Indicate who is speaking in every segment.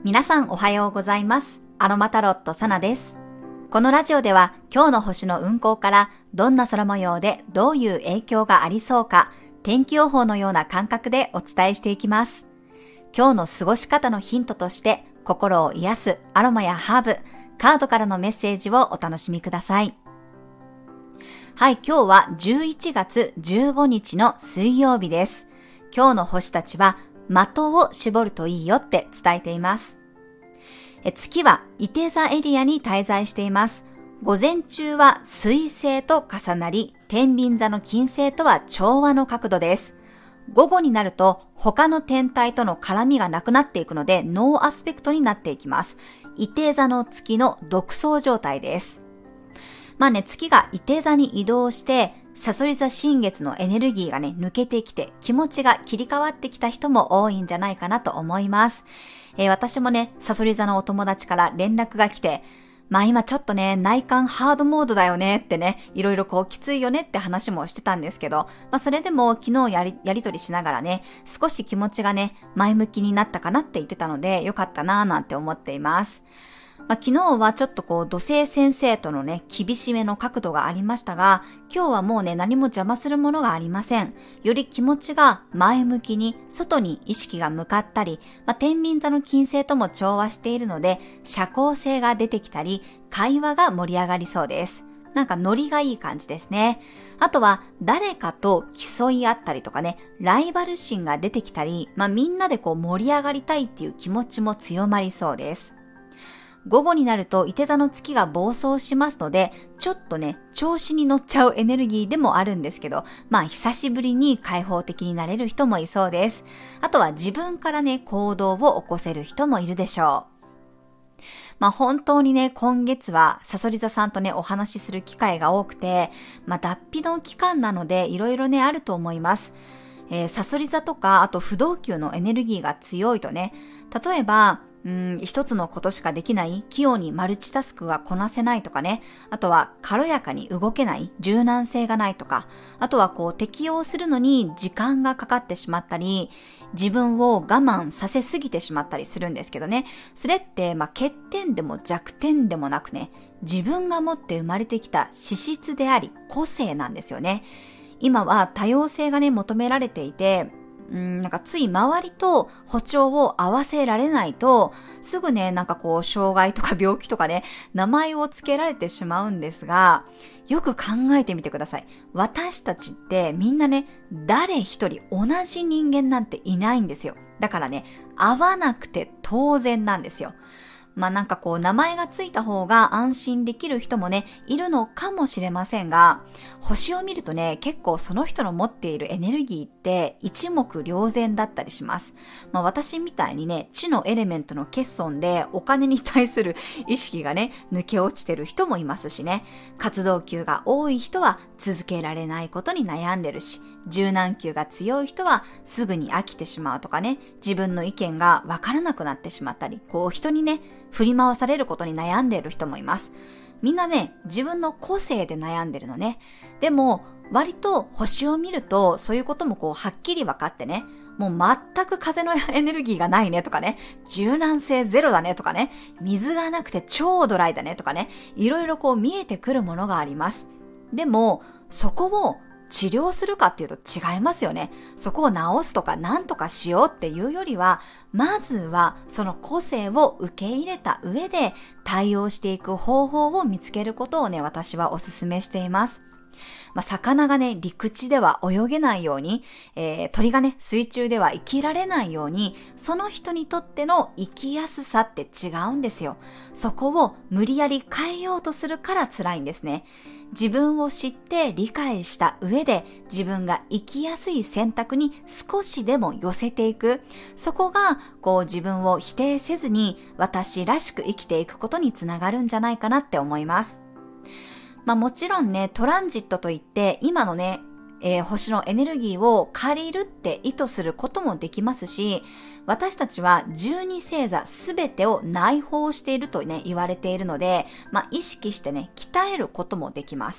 Speaker 1: 皆さんおはようございます。アロマタロットサナです。このラジオでは今日の星の運行からどんな空模様でどういう影響がありそうか、天気予報のような感覚でお伝えしていきます。今日の過ごし方のヒントとして心を癒すアロマやハーブ、カードからのメッセージをお楽しみください。はい、今日は11月15日の水曜日です。今日の星たちは的を絞るといいよって伝えています。月は射手座エリアに滞在しています。午前中は水星と重なり、天秤座の金星とは調和の角度です。午後になると他の天体との絡みがなくなっていくのでノーアスペクトになっていきます。射手座の月の独走状態です。月が射手座に移動して、蠍座新月のエネルギーが抜けてきて気持ちが切り替わってきた人も多いんじゃないかなと思います。私も蠍座のお友達から連絡が来て、今ちょっと内観ハードモードだよねっていろいろきついよねって話もしてたんですけど、それでも昨日やりとりしながら少し気持ちが前向きになったかなって言ってたので、よかったなぁなんて思っています。昨日はちょっと土星先生との厳しめの角度がありましたが、今日はもう何も邪魔するものがありません。より気持ちが前向きに外に意識が向かったり、天秤座の金星とも調和しているので、社交性が出てきたり、会話が盛り上がりそうです。ノリがいい感じですね。あとは誰かと競い合ったりとかライバル心が出てきたり、みんなで盛り上がりたいっていう気持ちも強まりそうです。午後になると射手座の月が暴走しますので、ちょっと調子に乗っちゃうエネルギーでもあるんですけど、久しぶりに開放的になれる人もいそうです。あとは自分から行動を起こせる人もいるでしょう。本当に今月は蠍座さんとお話しする機会が多くて、脱皮の期間なのでいろいろあると思います。蠍座とか、あと不動級のエネルギーが強いと例えば、一つのことしかできない、器用にマルチタスクがこなせないとかあとは軽やかに動けない、柔軟性がないとか、あとは適応するのに時間がかかってしまったり、自分を我慢させすぎてしまったりするんですけどそれって欠点でも弱点でもなく自分が持って生まれてきた資質であり個性なんですよね。今は多様性が求められていて、つい周りと歩調を合わせられないと、すぐ障害とか病気とか名前をつけられてしまうんですが、よく考えてみてください。私たちってみんな誰一人同じ人間なんていないんですよ。だから合わなくて当然なんですよ。名前がついた方が安心できる人もいるのかもしれませんが、星を見ると結構その人の持っているエネルギーって一目瞭然だったりします。私みたいに地のエレメントの欠損でお金に対する意識が抜け落ちてる人もいますし活動級が多い人は続けられないことに悩んでるし、柔軟球が強い人はすぐに飽きてしまうとか自分の意見がわからなくなってしまったり、人に振り回されることに悩んでいる人もいます。みんな自分の個性で悩んでるのでも割と星を見るとそういうこともはっきり分かってもう全く風のエネルギーがないとか柔軟性ゼロだとか水がなくて超ドライだとかいろいろ見えてくるものがあります。でもそこを治療するかっていうと違いますよね。そこを治すとか何とかしようっていうよりは、まずはその個性を受け入れた上で対応していく方法を見つけることを私はお勧めしています。魚が陸地では泳げないように、鳥が水中では生きられないように、その人にとっての生きやすさって違うんですよ。そこを無理やり変えようとするから辛いんですね。自分を知って理解した上で自分が生きやすい選択に少しでも寄せていく。そこが自分を否定せずに私らしく生きていくことにつながるんじゃないかなって思います。もちろんトランジットといって今の星のエネルギーを借りるって意図することもできますし、私たちは12星座すべてを内包していると言われているので、意識して鍛えることもできます。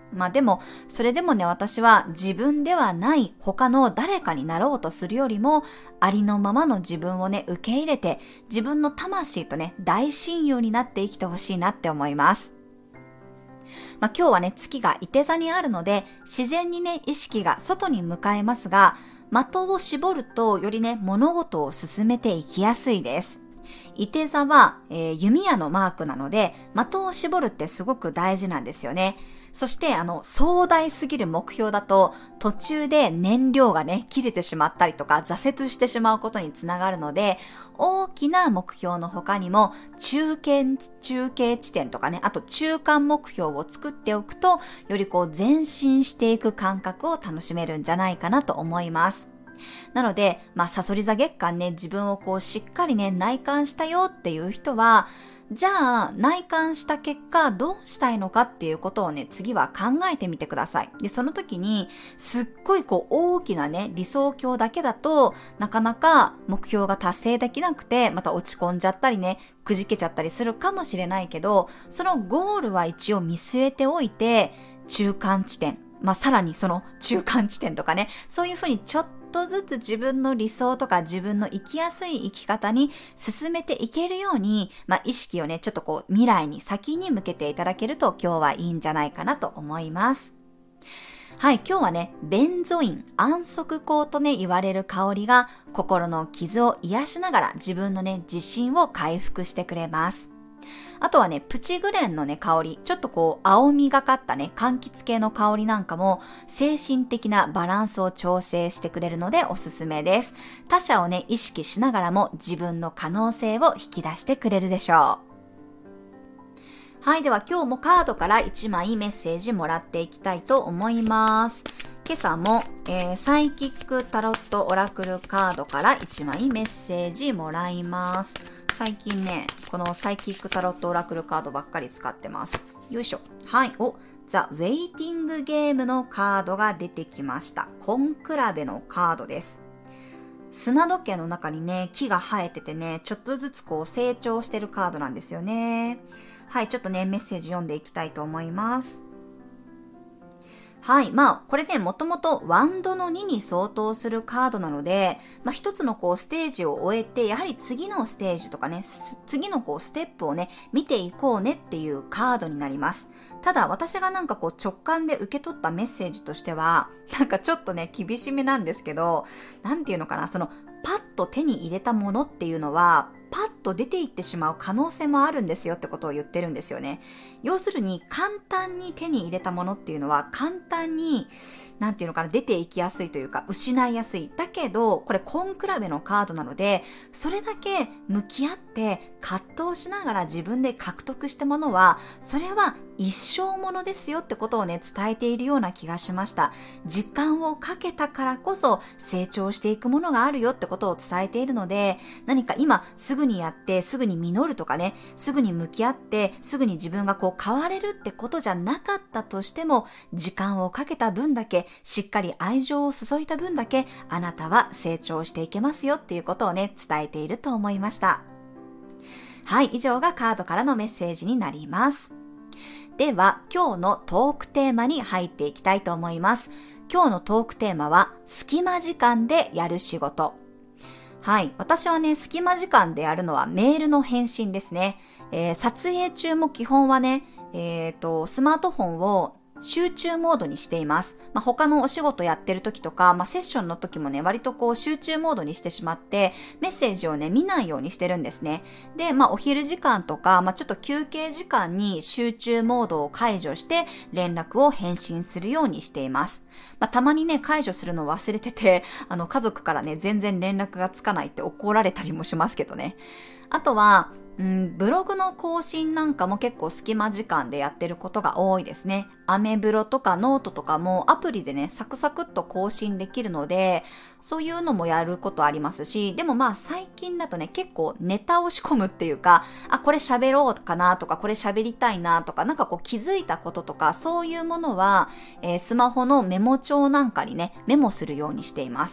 Speaker 1: でも、それでもね、私は自分ではない他の誰かになろうとするよりも、ありのままの自分をね、受け入れて、自分の魂とね、大親友になって生きてほしいなって思います。今日はね、月がいて座にあるので、自然にね、意識が外に向かいますが、的を絞るとよりね、物事を進めていきやすいです。いて座は、弓矢のマークなので、的を絞るってすごく大事なんですよね。そして壮大すぎる目標だと途中で燃料がね切れてしまったりとか挫折してしまうことにつながるので、大きな目標の他にも中継地点とかね、あと中間目標を作っておくと、より前進していく感覚を楽しめるんじゃないかなと思います。なので、さそり座月間ね、自分をしっかりね内観したよっていう人は、じゃあ内観した結果どうしたいのかっていうことをね、次は考えてみてください。で、その時にすっごい大きなね理想郷だけだとなかなか目標が達成できなくて、また落ち込んじゃったりね、くじけちゃったりするかもしれないけど、そのゴールは一応見据えておいて、中間地点、さらにその中間地点とかね、そういうふうにちょっとずつ自分の理想とか自分の生きやすい生き方に進めていけるように、意識をね、ちょっと未来に先に向けていただけると今日はいいんじゃないかなと思います。はい、今日はね、ベンゾイン、安息香とね、言われる香りが心の傷を癒しながら自分のね、自信を回復してくれます。あとはね、プチグレンのね、香り、ちょっと青みがかったね、柑橘系の香りなんかも、精神的なバランスを調整してくれるのでおすすめです。他者をね、意識しながらも自分の可能性を引き出してくれるでしょう。はい、では今日もカードから1枚メッセージもらっていきたいと思います。今朝も、サイキックタロットオラクルカードから1枚メッセージもらいます。最近ね、このサイキックタロットオラクルカードばっかり使ってます。よいしょ。はい。ザ・ウェイティングゲームのカードが出てきました。コンクラベのカードです。砂時計の中にね、木が生えててね、ちょっとずつ成長してるカードなんですよね。はい。ちょっとね、メッセージ読んでいきたいと思います。はい。これね、もともとワンドの2に相当するカードなので、一つのステージを終えて、やはり次のステージとかね、次のステップをね、見ていこうねっていうカードになります。ただ、私が直感で受け取ったメッセージとしては、ちょっとね、厳しめなんですけど、なんていうのかな、パッと手に入れたものっていうのは、パッと出ていってしまう可能性もあるんですよってことを言ってるんですよね。要するに簡単に手に入れたものっていうのは簡単に出ていきやすいというか失いやすい。だけどこれ根比べのカードなので、それだけ向き合って葛藤しながら自分で獲得したものは、それは一生ものですよってことをね、伝えているような気がしました。時間をかけたからこそ成長していくものがあるよってことを伝えているので、何か今すぐにやってすぐに実るとかね、すぐに向き合ってすぐに自分が変われるってことじゃなかったとしても、時間をかけた分だけ、しっかり愛情を注いだ分だけ、あなたは成長していけますよっていうことをね、伝えていると思いました。はい、以上がカードからのメッセージになります。では、今日のトークテーマに入っていきたいと思います。今日のトークテーマは、隙間時間でやる仕事。はい。私はね、隙間時間でやるのはメールの返信ですね。撮影中も基本はね、スマートフォンを集中モードにしています。他のお仕事やってる時とか、セッションの時もね、割と集中モードにしてしまって、メッセージをね、見ないようにしてるんですね。で、お昼時間とか、ちょっと休憩時間に集中モードを解除して、連絡を返信するようにしています。たまにね、解除するのを忘れてて、家族からね、全然連絡がつかないって怒られたりもしますけどね。あとは、ブログの更新なんかも結構隙間時間でやってることが多いですね。アメブロとかノートとかもアプリでね、サクサクっと更新できるので、そういうのもやることありますし、でも最近だとね、結構ネタを仕込むっていうか、これ喋ろうかなとか、これ喋りたいなとか、気づいたこととか、そういうものは、スマホのメモ帳なんかにね、メモするようにしています。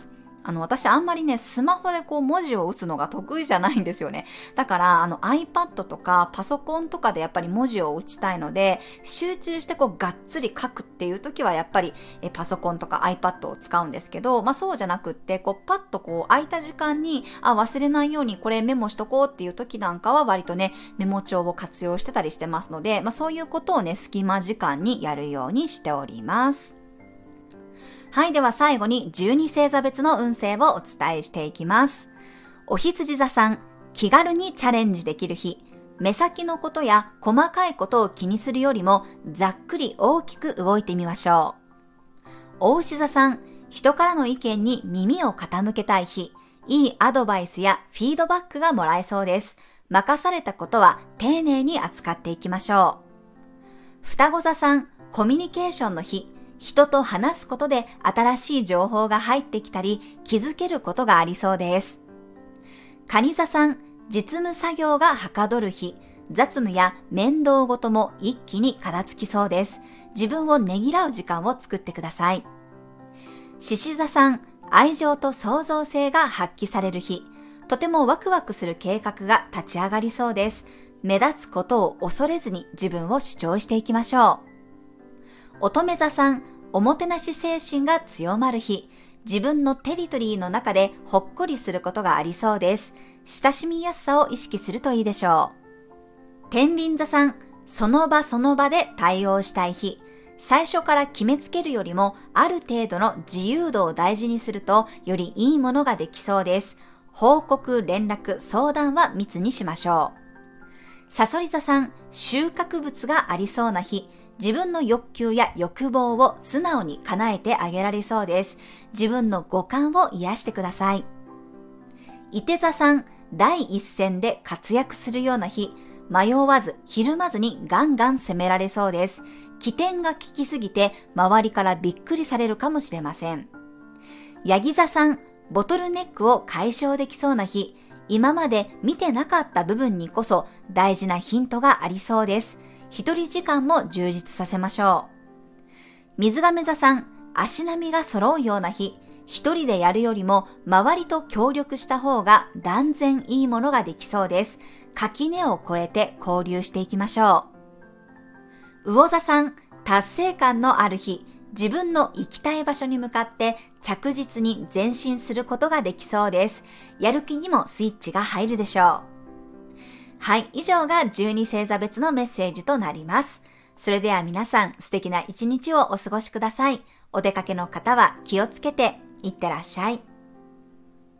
Speaker 1: 私あんまりね、スマホで文字を打つのが得意じゃないんですよね。だからiPad とかパソコンとかでやっぱり文字を打ちたいので、集中してがっつり書くっていう時はやっぱりパソコンとか iPad を使うんですけど、そうじゃなくってパッと空いた時間に忘れないようにこれメモしとこうっていう時なんかは割とね、メモ帳を活用してたりしてますので、そういうことをね、隙間時間にやるようにしております。はい、では最後に12星座別の運勢をお伝えしていきます。お羊座さん、気軽にチャレンジできる日。目先のことや細かいことを気にするよりもざっくり大きく動いてみましょう。お牛座さん、人からの意見に耳を傾けたい日。いいアドバイスやフィードバックがもらえそうです。任されたことは丁寧に扱っていきましょう。双子座さん、コミュニケーションの日。人と話すことで新しい情報が入ってきたり気づけることがありそうです。蟹座さん、実務作業がはかどる日。雑務や面倒事も一気に片付きそうです。自分をねぎらう時間を作ってください。獅子座さん、愛情と創造性が発揮される日。とてもワクワクする計画が立ち上がりそうです。目立つことを恐れずに自分を主張していきましょう。乙女座さん、おもてなし精神が強まる日。自分のテリトリーの中でほっこりすることがありそうです。親しみやすさを意識するといいでしょう。天秤座さん、その場その場で対応したい日。最初から決めつけるよりもある程度の自由度を大事にするとよりいいものができそうです。報告、連絡、相談は密にしましょう。蠍座さん、収穫物がありそうな日。自分の欲求や欲望を素直に叶えてあげられそうです。自分の五感を癒してください。射手座さん、第一線で活躍するような日。迷わず、ひるまずにガンガン攻められそうです。起点が効きすぎて周りからびっくりされるかもしれません。ヤギ座さん、ボトルネックを解消できそうな日。今まで見てなかった部分にこそ大事なヒントがありそうです。一人時間も充実させましょう。水亀座さん、足並みが揃うような日。一人でやるよりも周りと協力した方が断然いいものができそうです。垣根を越えて交流していきましょう。魚座さん、達成感のある日。自分の行きたい場所に向かって着実に前進することができそうです。やる気にもスイッチが入るでしょう。はい、以上が12星座別のメッセージとなります。それでは皆さん、素敵な一日をお過ごしください。お出かけの方は気をつけていってらっしゃい。